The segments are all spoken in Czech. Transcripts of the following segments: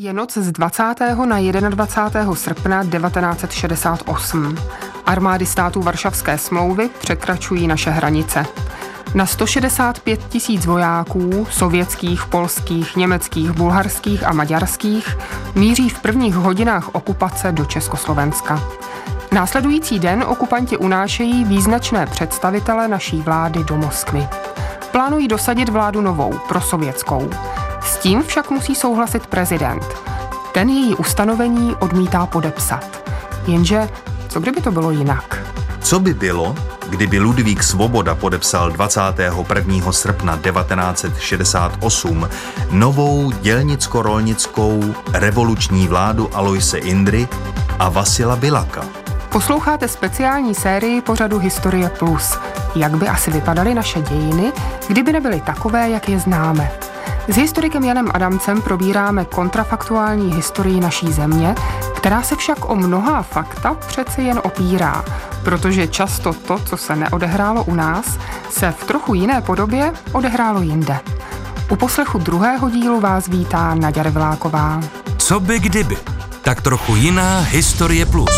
Je noc z 20. na 21. srpna 1968. Armády států Varšavské smlouvy překračují naše hranice. Na 165 000 vojáků, sovětských, polských, německých, bulharských a maďarských, míří v prvních hodinách okupace do Československa. Následující den okupanti unášejí význačné představitele naší vlády do Moskvy. Plánují dosadit vládu novou, prosovětskou. S tím však musí souhlasit prezident. Ten její ustanovení odmítá podepsat. Jenže co kdyby to bylo jinak? Co by bylo, kdyby Ludvík Svoboda podepsal 21. srpna 1968 novou dělnicko-rolnickou revoluční vládu Aloise Indry a Vasila Biľaka? Posloucháte speciální sérii pořadu Historie Plus. Jak by asi vypadaly naše dějiny, kdyby nebyly takové, jak je známe? S historikem Janem Adamcem probíráme kontrafaktuální historii naší země, která se však o mnohá fakta přece jen opírá, protože často to, co se neodehrálo u nás, se v trochu jiné podobě odehrálo jinde. U poslechu druhého dílu vás vítá Naďa Revláková. Co by kdyby? Tak trochu jiná Historie Plus.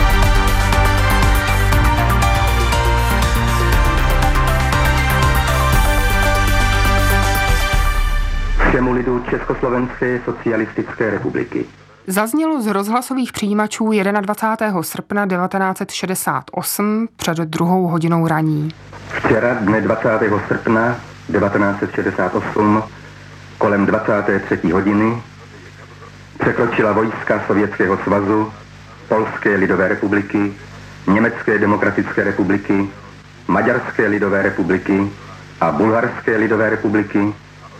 Všemu lidu Československé socialistické republiky. Zaznělo z rozhlasových přijímačů 21. srpna 1968 před 2. hodinou raní. Včera, dne 20. srpna 1968, kolem 23. hodiny, překročila vojska Sovětského svazu, Polské lidové republiky, Německé demokratické republiky, Maďarské lidové republiky a Bulharské lidové republiky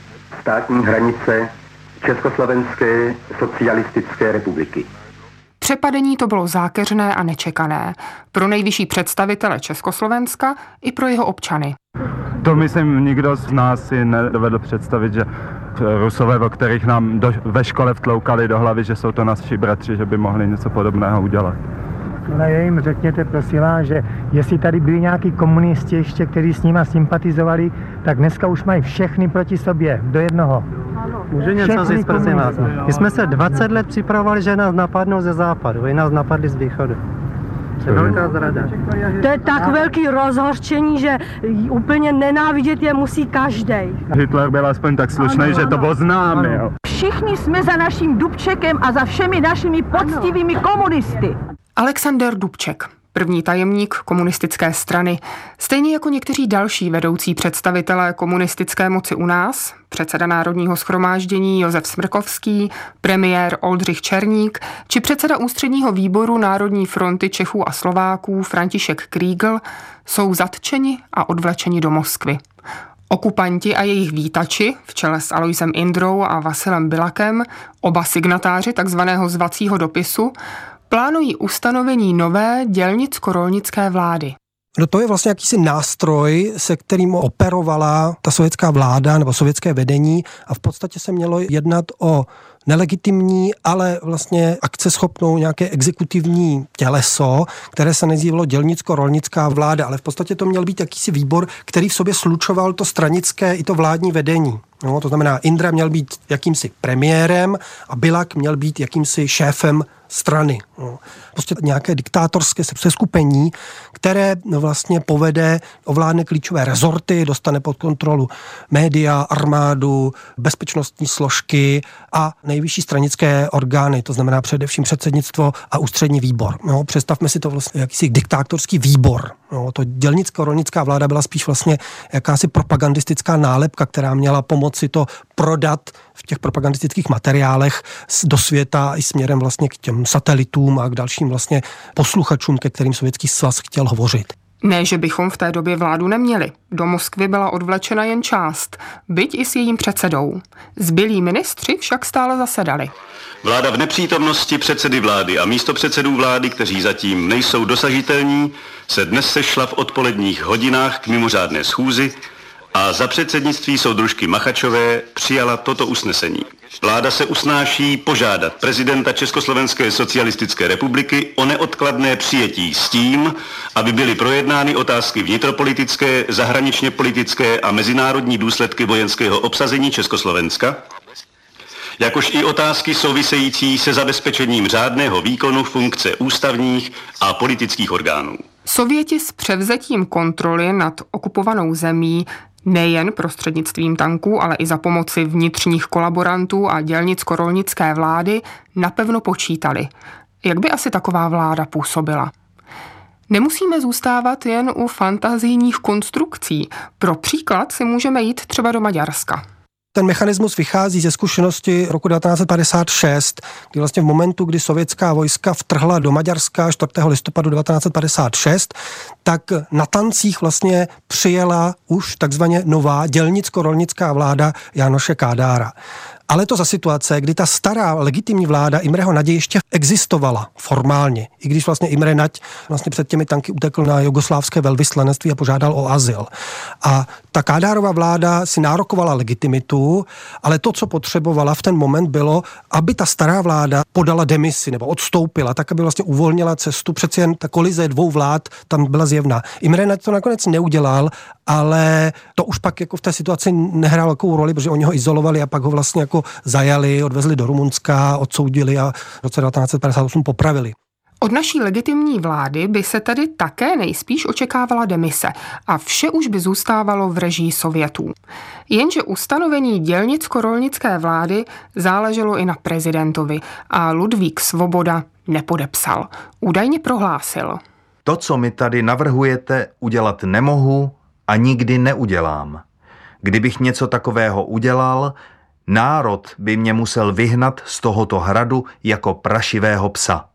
státní hranice Československé socialistické republiky. Přepadení to bylo zákeřné a nečekané pro nejvyšší představitele Československa i pro jeho občany. To myslím, nikdo z nás si nedovedl představit, že Rusové, o kterých nám ve škole vtloukali do hlavy, že jsou to naši bratři, že by mohli něco podobného udělat. Ale jim řekněte, prosím vás, že jestli tady byli nějaký komunisti ještě, kteří s nima sympatizovali, tak dneska už mají všechny proti sobě, do jednoho. Může něco říct, prosím vás. My jsme se 20 let připravovali, že nás napadnou ze západu, vy nás napadli z východu. Velká zrada. To je tak velký rozhořčení, že úplně nenávidět je musí každej. Hitler byl aspoň tak slušný, že to byl známý. Všichni jsme za naším Dubčekem a za všemi našimi poctivými komunisty. Alexander Dubček, první tajemník komunistické strany, stejně jako někteří další vedoucí představitelé komunistické moci u nás, předseda Národního shromáždění Josef Smrkovský, premiér Oldřich Černík či předseda ústředního výboru Národní fronty Čechů a Slováků František Krígl, jsou zatčeni a odvlečeni do Moskvy. Okupanti a jejich vítači, v čele s Aloisem Indrou a Vasilem Biľakem, oba signatáři takzvaného zvacího dopisu, plánují ustanovení nové dělnicko-rolnické vlády. No to je vlastně jakýsi nástroj, se kterým operovala ta sovětská vláda nebo sovětské vedení a v podstatě se mělo jednat o nelegitimní, ale vlastně akceschopnou nějaké exekutivní těleso, které se nazývalo dělnicko-rolnická vláda, ale v podstatě to měl být jakýsi výbor, který v sobě slučoval to stranické i to vládní vedení. No, to znamená, Indra měl být jakýmsi premiérem a Biľak měl být jakýmsi šéfem strany. No. Prostě nějaké diktátorské seskupení, které vlastně ovládne klíčové rezorty, dostane pod kontrolu média, armádu, bezpečnostní složky a nejvyšší stranické orgány, to znamená především předsednictvo a ústřední výbor. No, představme si to vlastně jakýsi diktátorský výbor. No, to dělnicko-rolnická vláda byla spíš vlastně jakási propagandistická nálepka, která měla pomoci to prodat v těch propagandistických materiálech do světa i směrem vlastně k těm satelitům a k dalším vlastně posluchačům, ke kterým Sovětský svaz chtěl hovořit. Ne, že bychom v té době vládu neměli. Do Moskvy byla odvlečena jen část, byť i s jejím předsedou. Zbylí ministři však stále zasedali. Vláda v nepřítomnosti předsedy vlády a místopředsedů vlády, kteří zatím nejsou dosažitelní, se dnes sešla v odpoledních hodinách k mimořádné schůzi a za předsednictví soudružky Machačové přijala toto usnesení. Vláda se usnáší požádat prezidenta Československé socialistické republiky o neodkladné přijetí s tím, aby byly projednány otázky vnitropolitické, zahraničně politické a mezinárodní důsledky vojenského obsazení Československa, jakož i otázky související se zabezpečením řádného výkonu funkce ústavních a politických orgánů. Sověti s převzetím kontroly nad okupovanou zemí nejen prostřednictvím tanků, ale i za pomoci vnitřních kolaborantů a dělnicko-rolnické vlády napevno počítali. Jak by asi taková vláda působila? Nemusíme zůstávat jen u fantazijních konstrukcí. Pro příklad si můžeme jít třeba do Maďarska. Ten mechanismus vychází ze zkušenosti roku 1956, kdy vlastně v momentu, kdy sovětská vojska vtrhla do Maďarska 4. listopadu 1956, tak na tancích vlastně přijela už takzvaně nová dělnicko-rolnická vláda Jánoše Kádára. Ale to za situace, kdy ta stará legitimní vláda Imreho Nadě ještě existovala formálně, i když vlastně Imre Nať vlastně před těmi tanky utekl na jugoslávské velvyslanectví a požádal o azyl. A ta Kádárova vláda si nárokovala legitimitu, ale to, co potřebovala v ten moment, bylo, aby ta stará vláda podala demisi nebo odstoupila, tak aby vlastně uvolnila cestu. Přeci jen ta kolize dvou vlád tam byla zjevná. Imre Nať to nakonec neudělal, ale to už pak jako v té situaci nehrálo velkou roli, protože oni ho izolovali a pak ho vlastně jako zajali, odvezli do Rumunska, odsoudili a v roce 1958 popravili. Od naší legitimní vlády by se tedy také nejspíš očekávala demise a vše už by zůstávalo v režii Sovětů. Jenže ustanovení dělnicko-rolnické vlády záleželo i na prezidentovi a Ludvík Svoboda nepodepsal. Údajně prohlásil: To, co mi tady navrhujete, udělat nemohu a nikdy neudělám. Kdybych něco takového udělal, národ by mě musel vyhnat z tohoto hradu jako prašivého psa.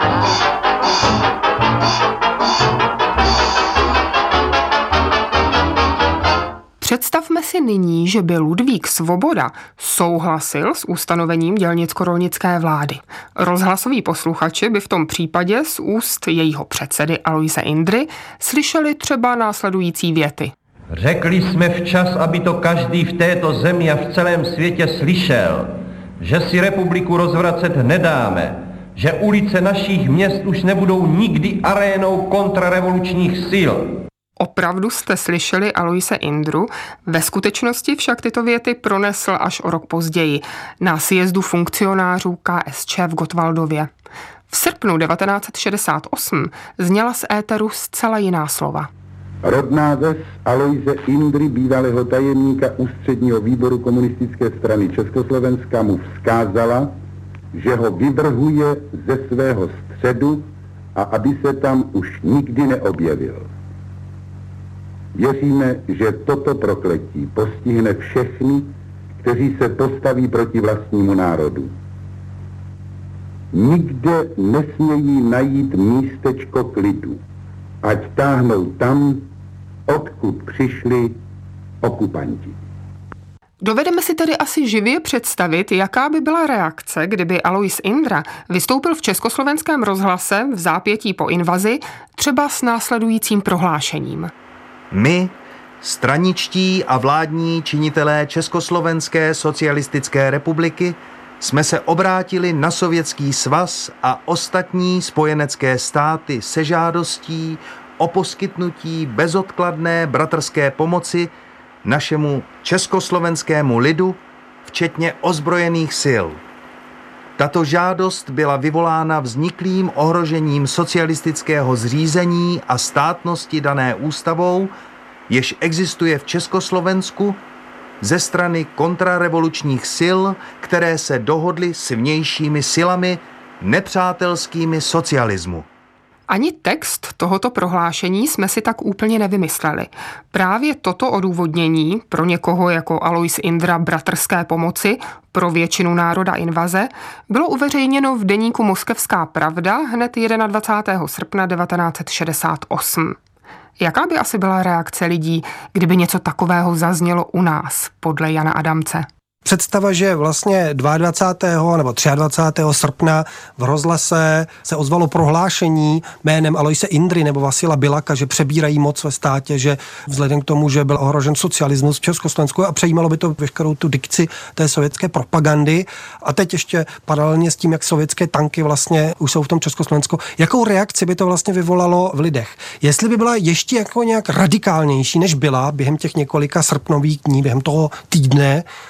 Představme si nyní, že by Ludvík Svoboda souhlasil s ustanovením dělnicko-rolnické vlády. Rozhlasoví posluchači by v tom případě z úst jejího předsedy Aloise Indry slyšeli třeba následující věty. Řekli jsme včas, aby to každý v této zemi a v celém světě slyšel, že si republiku rozvracet nedáme, že ulice našich měst už nebudou nikdy arénou kontrarevolučních sil. Opravdu jste slyšeli Aloise Indru, ve skutečnosti však tyto věty pronesl až o rok později na sjezdu funkcionářů KSČ v Gottwaldově. V srpnu 1968 zněla z éteru zcela jiná slova. Rodná ves Aloise Indry, bývalého tajemníka ústředního výboru komunistické strany Československa, mu vzkázala, že ho vyvrhuje ze svého středu a aby se tam už nikdy neobjevil. Věříme, že toto prokletí postihne všechny, kteří se postaví proti vlastnímu národu. Nikde nesmějí najít místečko klidu, ať táhnou tam, odkud přišli okupanti. Dovedeme si tedy asi živě představit, jaká by byla reakce, kdyby Alois Indra vystoupil v československém rozhlase v zápětí po invazi, třeba s následujícím prohlášením. My, straničtí a vládní činitelé Československé socialistické republiky, jsme se obrátili na Sovětský svaz a ostatní spojenecké státy se žádostí o poskytnutí bezodkladné bratrské pomoci našemu československému lidu, včetně ozbrojených sil. Tato žádost byla vyvolána vzniklým ohrožením socialistického zřízení a státnosti dané ústavou, jež existuje v Československu ze strany kontrarevolučních sil, které se dohodly s vnějšími silami nepřátelskými socialismu. Ani text tohoto prohlášení jsme si tak úplně nevymysleli. Právě toto odůvodnění, pro někoho jako Alois Indra bratrské pomoci, pro většinu národa invaze, bylo uveřejněno v deníku Moskevská pravda hned 21. srpna 1968. Jaká by asi byla reakce lidí, kdyby něco takového zaznělo u nás, podle Jana Adamce? Představa, že vlastně 22. nebo 23. srpna v rozhlase se ozvalo prohlášení jménem Aloise Indry nebo Vasila Bilaka, že přebírají moc ve státě, že vzhledem k tomu, že byl ohrožen socialismus v Československu a přejímalo by to veškerou tu dikci té sovětské propagandy. A teď ještě paralelně s tím, jak sovětské tanky vlastně už jsou v tom Československu, jakou reakci by to vlastně vyvolalo v lidech? Jestli by byla ještě jako nějak radikálnější, než byla během těch několika srpnových dní, během toho týdne, protože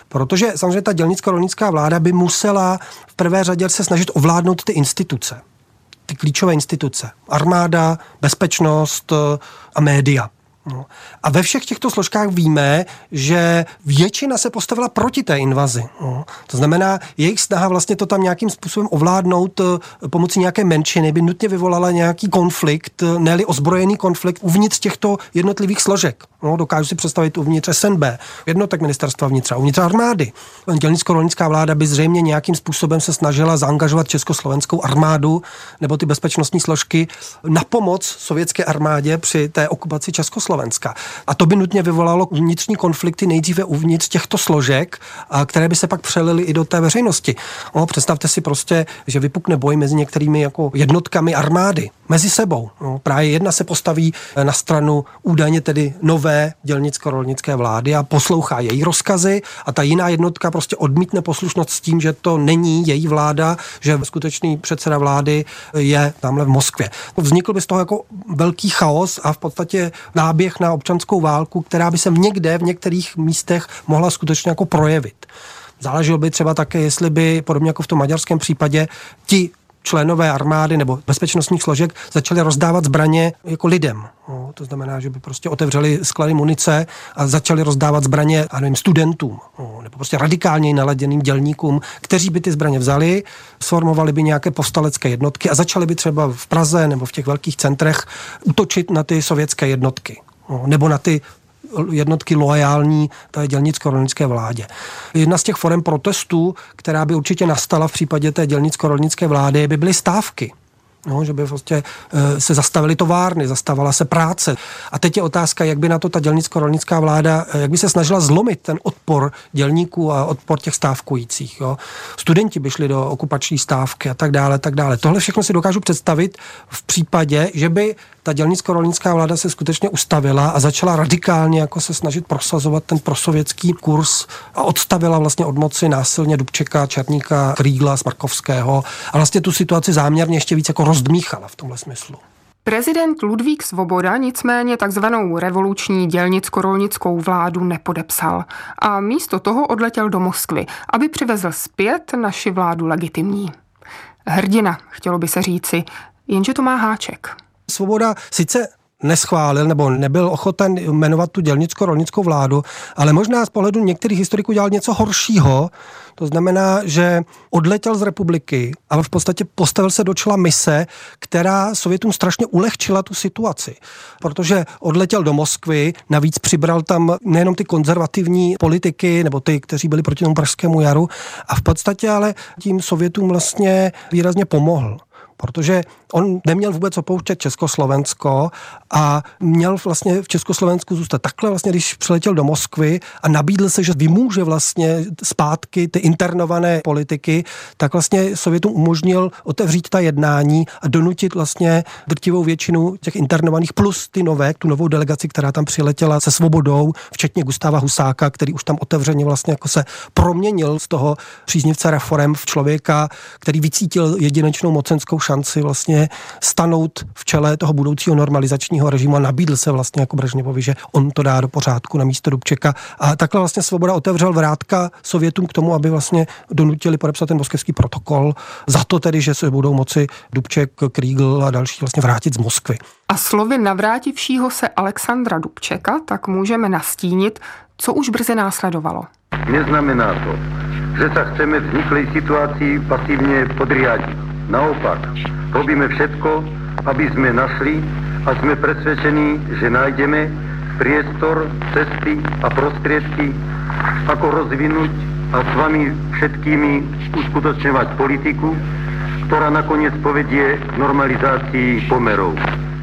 Protože samozřejmě ta dělnicko-rolnická vláda by musela v prvé řadě se snažit ovládnout ty instituce. Ty klíčové instituce. Armáda, bezpečnost a média. No. A ve všech těchto složkách víme, že většina se postavila proti té invazi. No. To znamená, jejich snaha vlastně to tam nějakým způsobem ovládnout pomocí nějaké menšiny by nutně vyvolala nějaký konflikt, ne-li ozbrojený konflikt uvnitř těchto jednotlivých složek. No, dokážu si představit uvnitř SNB, jednotek ministerstva vnitra, uvnitř armády. Dělnicko-rolnická vláda by zřejmě nějakým způsobem se snažila zaangažovat československou armádu nebo ty bezpečnostní složky na pomoc sovětské armádě při té okupaci Československa. A to by nutně vyvolalo vnitřní konflikty nejdříve uvnitř těchto složek, které by se pak přelily i do té veřejnosti. No, představte si prostě, že vypukne boj mezi některými jako jednotkami armády, mezi sebou. No, právě jedna se postaví na stranu údajně tedy nové dělnicko-rolnické vlády a poslouchá její rozkazy a ta jiná jednotka prostě odmítne poslušnost s tím, že to není její vláda, že skutečný předseda vlády je tamhle v Moskvě. Vznikl by z toho jako velký chaos a v podstatě náběh na občanskou válku, která by se někde v některých místech mohla skutečně jako projevit. Záleželo by třeba také, jestli by, podobně jako v tom maďarském případě, ti členové armády nebo bezpečnostních složek začali rozdávat zbraně jako lidem. No, to znamená, že by prostě otevřeli sklady munice a začali rozdávat zbraně, a nevím, studentům, no, nebo prostě radikálně naladěným dělníkům, kteří by ty zbraně vzali, sformovali by nějaké povstalecké jednotky a začali by třeba v Praze nebo v těch velkých centrech útočit na ty sovětské jednotky. No, nebo na ty jednotky loajální té dělnicko-rolnické vládě. Jedna z těch forem protestů, která by určitě nastala v případě té dělnicko-rolnické vlády, by byly stávky. No, že by vlastně se zastavily továrny, zastavila se práce. A teď je otázka, jak by na to ta dělnicko-rolnická vláda, jak by se snažila zlomit ten odpor dělníků a odpor těch stávkujících. Jo. Studenti by šli do okupační stávky a tak dále, tak dále. Tohle všechno si dokážu představit v případě, že by ta dělnicko-rolnická vláda se skutečně ustavila a začala radikálně jako se snažit prosazovat ten prosovětský kurz a odstavila vlastně od moci násilně Dubčeka, Černíka, Krýgla, Smrkovského a vlastně tu situaci záměrně ještě víc jako rozdmíchala v tomhle smyslu. Prezident Ludvík Svoboda nicméně takzvanou revoluční dělnicko-rolnickou vládu nepodepsal a místo toho odletěl do Moskvy, aby přivezl zpět naši vládu legitimní. Hrdina, chtělo by se říci, jenže to má háček. Svoboda sice neschválil nebo nebyl ochoten jmenovat tu dělnicko-rolnickou vládu, ale možná z pohledu některých historiků dělal něco horšího. To znamená, že odletěl z republiky a v podstatě postavil se do čela mise, která Sovětům strašně ulehčila tu situaci. Protože odletěl do Moskvy, navíc přibral tam nejenom ty konzervativní politiky, nebo ty, kteří byli proti tomu pražskému jaru, a v podstatě ale tím Sovětům vlastně výrazně pomohl. Protože on neměl vůbec opouštět Československo a měl vlastně v Československu zůstat. Takhle vlastně, když přiletěl do Moskvy a nabídl se, že vymůže vlastně zpátky ty internované politiky, tak vlastně Sovětům umožnil otevřít ta jednání a donutit vlastně drtivou většinu těch internovaných plus ty nové, tu novou delegaci, která tam přiletěla se Svobodou, včetně Gustáva Husáka, který už tam otevřeně vlastně jako se proměnil z toho příznivce reforem v člověka, který vycítil jedinečnou mocenskou šanci vlastně stanout v čele toho budoucího normalizačního režimu a nabídl se vlastně jako Brežněvovi, že on to dá do pořádku na místo Dubčeka. A takhle vlastně Svoboda otevřel vrátka Sovětům k tomu, aby vlastně donutili podepsat ten moskevský protokol za to tedy, že se budou moci Dubček, Krýgl a další vlastně vrátit z Moskvy. A slovy navrátivšího se Alexandra Dubčeka tak můžeme nastínit, co už brzy následovalo. Neznamená to, že sa chceme vzniklej situácii pasívne podriadiť. Naopak, robíme všetko, aby sme našli a sme presvedčení, že nájdeme priestor, cesty a prostriedky, ako rozvinúť a s vami všetkými uskutočňovať politiku, ktorá nakoniec povedie k normalizácii pomerov.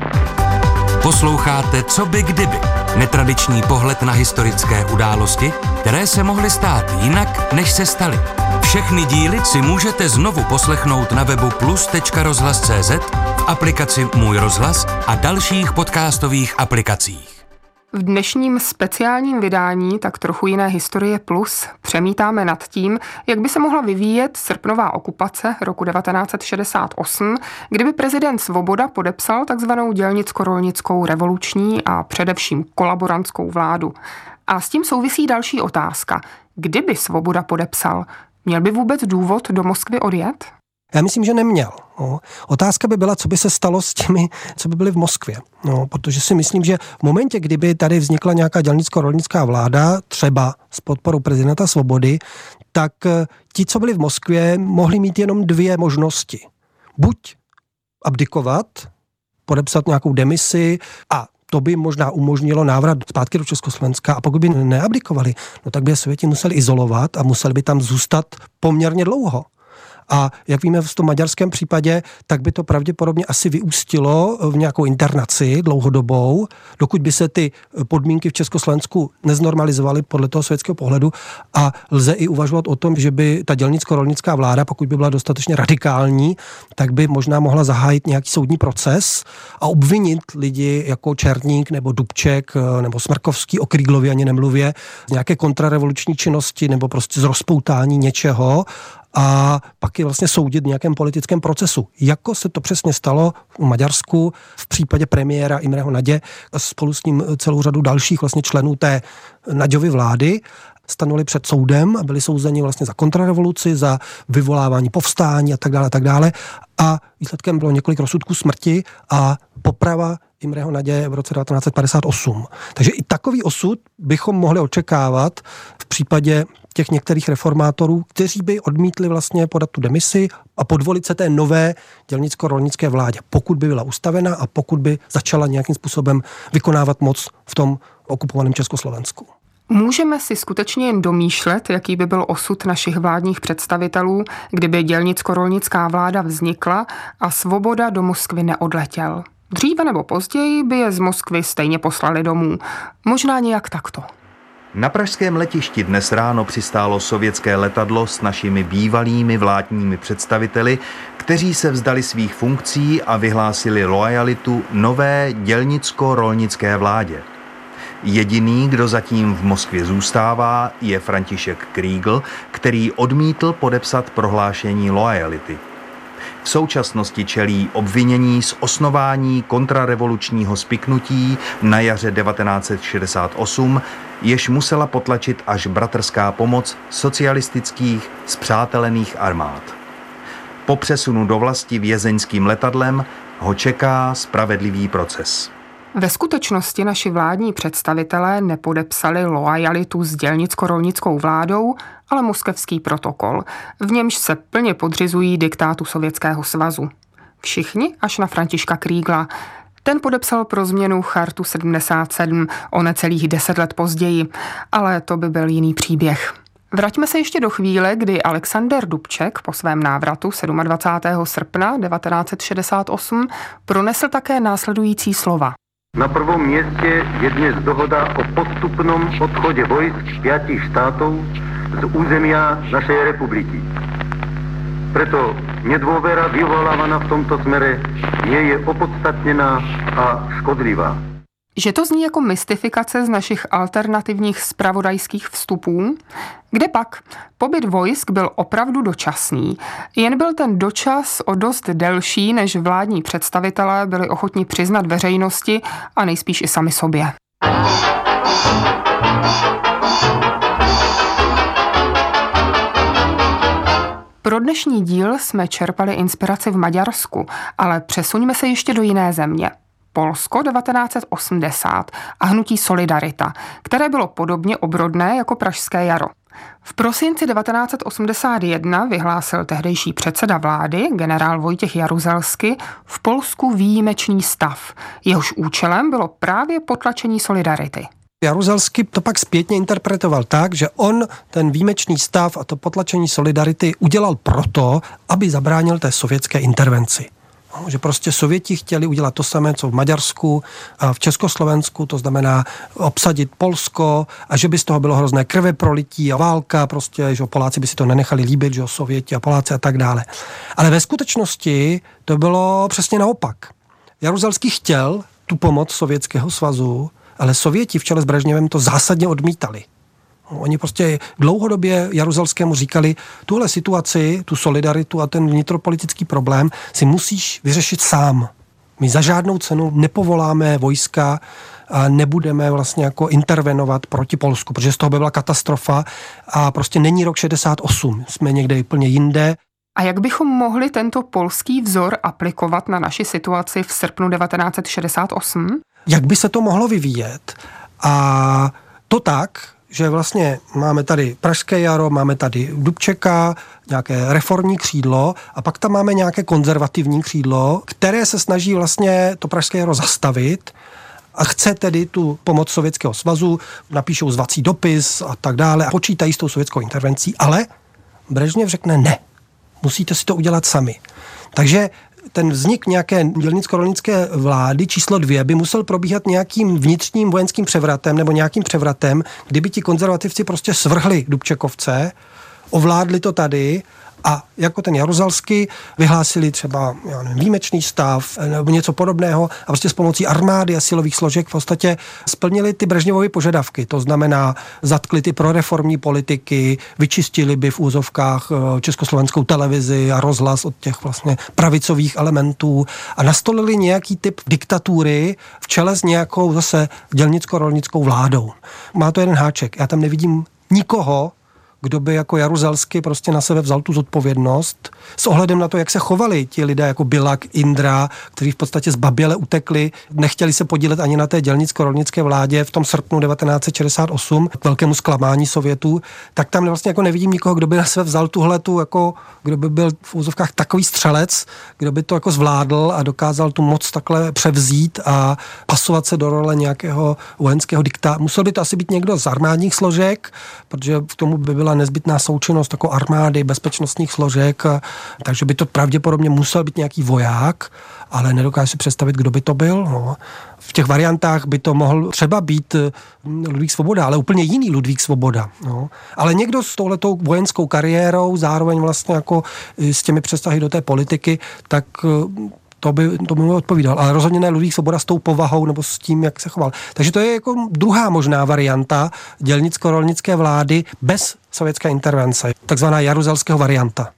Posloucháte Co by kdyby? Netradiční pohled na historické události, které se mohly stát jinak, než se staly. Všechny díly si můžete znovu poslechnout na webu plus.rozhlas.cz, v aplikaci Můj rozhlas a dalších podcastových aplikacích. V dnešním speciálním vydání Tak trochu jiné historie plus přemítáme nad tím, jak by se mohla vyvíjet srpnová okupace roku 1968, kdyby prezident Svoboda podepsal takzvanou dělnicko-rolnickou revoluční a především kolaborantskou vládu. A s tím souvisí další otázka. Kdyby Svoboda podepsal, měl by vůbec důvod do Moskvy odjet? Já myslím, že neměl. No. Otázka by byla, co by se stalo s těmi, co by byli v Moskvě. No, protože si myslím, že v momentě, kdyby tady vznikla nějaká dělnicko-rolnická vláda, třeba s podporou prezidenta Svobody, tak ti, co byli v Moskvě, mohli mít jenom dvě možnosti. Buď abdikovat, podepsat nějakou demisi a to by možná umožnilo návrat zpátky do Československa, a pokud by neabdikovali, no tak by Sověti museli izolovat a museli by tam zůstat poměrně dlouho. A jak víme v tom maďarském případě, tak by to pravděpodobně asi vyústilo v nějakou internaci dlouhodobou, dokud by se ty podmínky v Československu neznormalizovaly podle toho sovětského pohledu, a lze i uvažovat o tom, že by ta dělnicko-rolnická vláda, pokud by byla dostatečně radikální, tak by možná mohla zahájit nějaký soudní proces a obvinit lidi jako Černík nebo Dubček nebo Smrkovský, o Krýglovi ani nemluvě, z nějaké kontrarevoluční činnosti nebo prostě z rozpoutání něčeho, a pak je vlastně soudit v nějakém politickém procesu. Jako se to přesně stalo v Maďarsku v případě premiéra Imreho Nadě a spolu s ním celou řadu dalších vlastně členů té Naďovy vlády stanuli před soudem a byli souzeni vlastně za kontrarevoluci, za vyvolávání povstání a tak dále. A výsledkem bylo několik rozsudků smrti a poprava Imreho Nadě v roce 1958. Takže i takový osud bychom mohli očekávat v případě těch některých reformátorů, kteří by odmítli vlastně podat tu demisi a podvolit se té nové dělnicko-rolnické vládě, pokud by byla ustavena a pokud by začala nějakým způsobem vykonávat moc v tom okupovaném Československu. Můžeme si skutečně jen domýšlet, jaký by byl osud našich vládních představitelů, kdyby dělnicko-rolnická vláda vznikla a Svoboda do Moskvy neodletěl. Dříve nebo později by je z Moskvy stejně poslali domů. Možná nějak takto. Na pražském letišti dnes ráno přistálo sovětské letadlo s našimi bývalými vládními představiteli, kteří se vzdali svých funkcí a vyhlásili loajalitu nové dělnicko-rolnické vládě. Jediný, kdo zatím v Moskvě zůstává, je František Krýgl, který odmítl podepsat prohlášení loajality. V současnosti čelí obvinění z osnování kontrarevolučního spiknutí na jaře 1968, jež musela potlačit až bratrská pomoc socialistických spřátelených armád. Po přesunu do vlasti vězeňským letadlem ho čeká spravedlivý proces. Ve skutečnosti naši vládní představitelé nepodepsali loajalitu s dělnicko-rolnickou vládou, ale moskevský protokol, v němž se plně podřizují diktátu Sovětského svazu. Všichni až na Františka Krýgla. Ten podepsal pro změnu Chartu 77 o necelých 10 let později, ale to by byl jiný příběh. Vraťme se ještě do chvíle, kdy Alexander Dubček po svém návratu 27. srpna 1968 pronesl také následující slova. Na prvom mieste je dnes dohoda o postupnom odchode vojsk 5 štátov z územia našej republiky. Preto nedôvera vyvolávaná v tomto smere nie je opodstatnená a škodlivá. Že to zní jako mystifikace z našich alternativních zpravodajských vstupů? Kde pak? Pobyt vojsk byl opravdu dočasný. Jen byl ten dočas o dost delší, než vládní představitelé byli ochotni přiznat veřejnosti a nejspíš i sami sobě. Pro dnešní díl jsme čerpali inspiraci v Maďarsku, ale přesuňme se ještě do jiné země. Polsko 1980 a hnutí Solidarita, které bylo podobně obrodné jako Pražské jaro. V prosinci 1981 vyhlásil tehdejší předseda vlády, generál Vojtěch Jaruzelsky, v Polsku výjimečný stav. Jehož účelem bylo právě potlačení Solidarity. Jaruzelsky to pak zpětně interpretoval tak, že on ten výjimečný stav a to potlačení Solidarity udělal proto, aby zabránil té sovětské intervenci. Že prostě Sověti chtěli udělat to samé, co v Maďarsku a v Československu, to znamená obsadit Polsko, a že by z toho bylo hrozné krveprolití a válka, prostě, že Poláci by si to nenechali líbit, že Sověti a Poláci a tak dále. Ale ve skutečnosti to bylo přesně naopak. Jaruzelský chtěl tu pomoc Sovětského svazu, ale Sověti v čele s Brežněvem to zásadně odmítali. Oni prostě dlouhodobě Jaruzelskému říkali, tuhle situaci, tu solidaritu a ten vnitropolitický problém si musíš vyřešit sám. My za žádnou cenu nepovoláme vojska a nebudeme vlastně jako intervenovat proti Polsku, protože z toho by byla katastrofa a prostě není rok 68, jsme někde úplně jinde. A jak bychom mohli tento polský vzor aplikovat na naši situaci v srpnu 1968? Jak by se to mohlo vyvíjet? A to tak, že vlastně máme tady Pražské jaro, máme tady Dubčeka, nějaké reformní křídlo a pak tam máme nějaké konzervativní křídlo, které se snaží vlastně to Pražské jaro zastavit a chce tedy tu pomoc Sovětského svazu, napíšou zvací dopis a tak dále a počítají s tou sovětskou intervencí, ale Brežněv řekne ne, musíte si to udělat sami. Takže ten vznik nějaké dělnicko-rolnické vlády číslo 2 by musel probíhat nějakým vnitřním vojenským převratem nebo nějakým převratem, kdyby ti konzervativci prostě svrhli Dubčekovce, ovládli to tady a jako ten Jaruzelský vyhlásili třeba výjimečný stav nebo něco podobného a prostě s pomocí armády a silových složek v podstatě splnili ty Brežněvovy požadavky. To znamená, zatkli ty proreformní politiky, vyčistili by v úzovkách československou televizi a rozhlas od těch vlastně pravicových elementů a nastolili nějaký typ diktatury v čele s nějakou zase dělnicko-rolnickou vládou. Má to jeden háček. Já tam nevidím nikoho, kdo by jako Jaruzelsky prostě na sebe vzal tu zodpovědnost s ohledem na to, jak se chovali ti lidé jako Bilak, Indra, kteří v podstatě zbaběle utekli, nechtěli se podílet ani na té dělnicko-rolnické vládě v tom srpnu 1968 k velkému zklamání Sovětů, tak tam vlastně jako nevidím nikoho, kdo by na sebe vzal tuhletu, jako kdo by byl v úzovkách takový střelec, kdo by to jako zvládl a dokázal tu moc takhle převzít a pasovat se do role nějakého vojenského diktátora. Musel by to asi být někdo z armádních složek, protože k tomu by byla nezbytná součinnost jako armády, bezpečnostních složek, takže by to pravděpodobně musel být nějaký voják, ale nedokážu si představit, kdo by to byl. No. V těch variantách by to mohl třeba být Ludvík Svoboda, ale úplně jiný Ludvík Svoboda. No. Ale někdo s touhletou vojenskou kariérou, zároveň vlastně jako s těmi přesahy do té politiky, tak to by mu odpovídal. Ale rozhodně ne Ludvík Svoboda s tou povahou nebo s tím, jak se choval. Takže to je jako druhá možná varianta dělnicko-rolnické vlády bez sovětské intervence. Takzvaná jaruzelského varianta.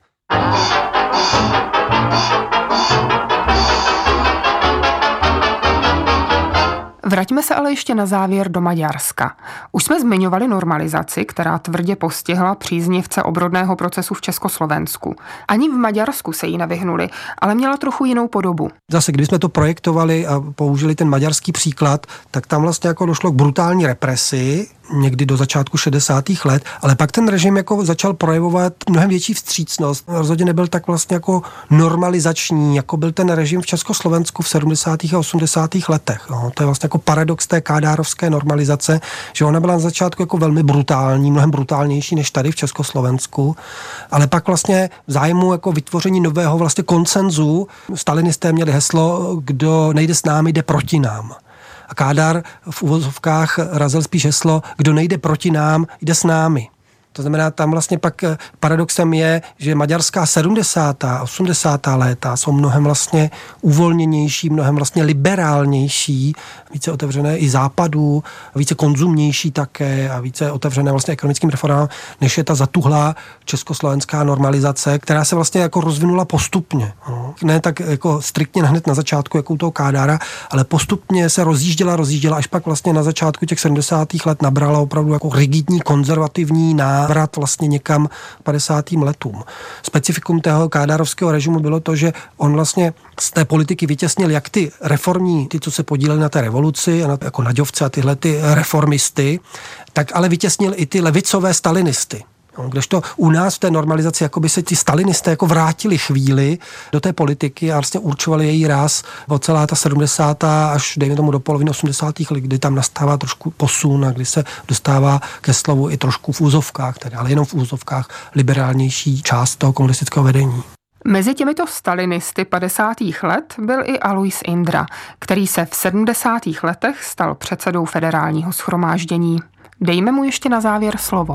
Vraťme se ale ještě na závěr do Maďarska. Už jsme zmiňovali normalizaci, která tvrdě postihla příznivce obrodného procesu v Československu. Ani v Maďarsku se jí nevyhnuli, ale měla trochu jinou podobu. Zase, když jsme to projektovali a použili ten maďarský příklad, tak tam vlastně jako došlo k brutální represi, někdy do začátku 60. let, ale pak ten režim jako začal projevovat mnohem větší vstřícnost. Rozhodně nebyl tak vlastně jako normalizační, jako byl ten režim v Československu v 70. a 80. letech. No, to je vlastně jako paradox té kádárovské normalizace, že ona byla na začátku jako velmi brutální, mnohem brutálnější než tady v Československu, ale pak vlastně v zájmu jako vytvoření nového vlastně konsenzu stalinisté měli heslo, kdo nejde s námi, jde proti nám. A Kádár v uvozovkách razil spíš heslo, kdo nejde proti nám, jde s námi. To znamená, tam vlastně pak paradoxem je, že maďarská 70. a 80. léta jsou mnohem vlastně uvolněnější, mnohem vlastně liberálnější, více otevřené i západu, více konzumnější také a více otevřené vlastně ekonomickým reformám, než je ta zatuhlá československá normalizace, která se vlastně jako rozvinula postupně. No. Ne tak jako striktně hned na začátku, jako u toho Kádára, ale postupně se rozjížděla, až pak vlastně na začátku těch 70. let nabrala opravdu jako rigidní, konzervativní návrat vlastně někam 50. letům. Specifikum toho kádárovského režimu bylo to, že on vlastně z té politiky vytěsnil jak ty reformní, ty, co se podíleli na té revoluci, jako Naďovce a tyhle ty reformisty, tak ale vytěsnil i ty levicové stalinisty. Kdežto u nás v té normalizaci jako by se ti stalinisté jako vrátili chvíli do té politiky a vlastně určovali její ráz od celá ta 70. až dejme tomu do poloviny 80. let, kdy tam nastává trošku posun a kdy se dostává ke slovu i trošku v úzovkách, tedy, ale jenom v úzovkách liberálnější část toho komunistického vedení. Mezi těmito stalinisty 50. let byl i Alois Indra, který se v 70. letech stal předsedou federálního shromáždění. Dejme mu ještě na závěr slovo.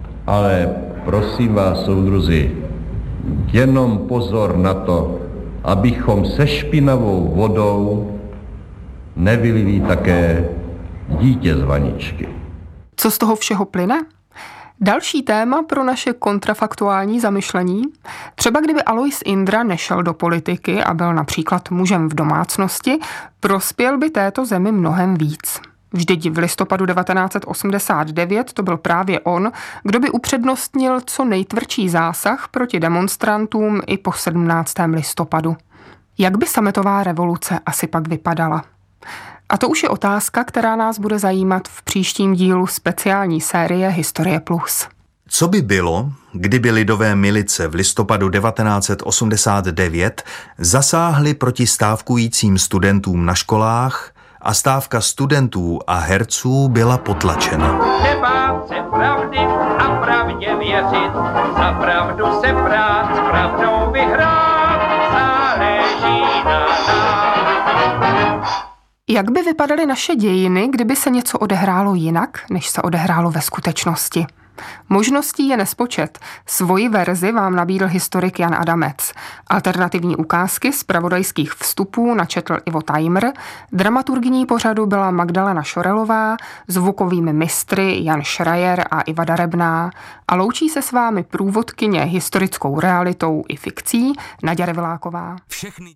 Ale prosím vás, soudruzi, jenom pozor na to, abychom se špinavou vodou nevylili také dítě z vaničky. Co z toho všeho plyne? Další téma pro naše kontrafaktuální zamyšlení. Třeba kdyby Alois Indra nešel do politiky a byl například mužem v domácnosti, prospěl by této zemi mnohem víc. Vždyť v listopadu 1989 to byl právě on, kdo by upřednostnil co nejtvrdší zásah proti demonstrantům i po 17. listopadu. Jak by sametová revoluce asi pak vypadala? A to už je otázka, která nás bude zajímat v příštím dílu speciální série Historie Plus. Co by bylo, kdyby lidové milice v listopadu 1989 zasáhly proti stávkujícím studentům na školách a stávka studentů a herců byla potlačena? Nebát se pravdy a pravdě věřit, za pravdu se prát, s pravdou vyhrát, záleží na nás. Jak by vypadaly naše dějiny, kdyby se něco odehrálo jinak, než se odehrálo ve skutečnosti? Možností je nespočet. Svoji verzi vám nabídl historik Jan Adamec. Alternativní ukázky z zpravodajských vstupů načetl Ivo Tajmr, dramaturgyní pořadu byla Magdalena Šorelová, zvukovými mistry Jan Schreier a Iva Darebná a loučí se s vámi průvodkyně historickou realitou i fikcí Naďa Reveláková. Všechny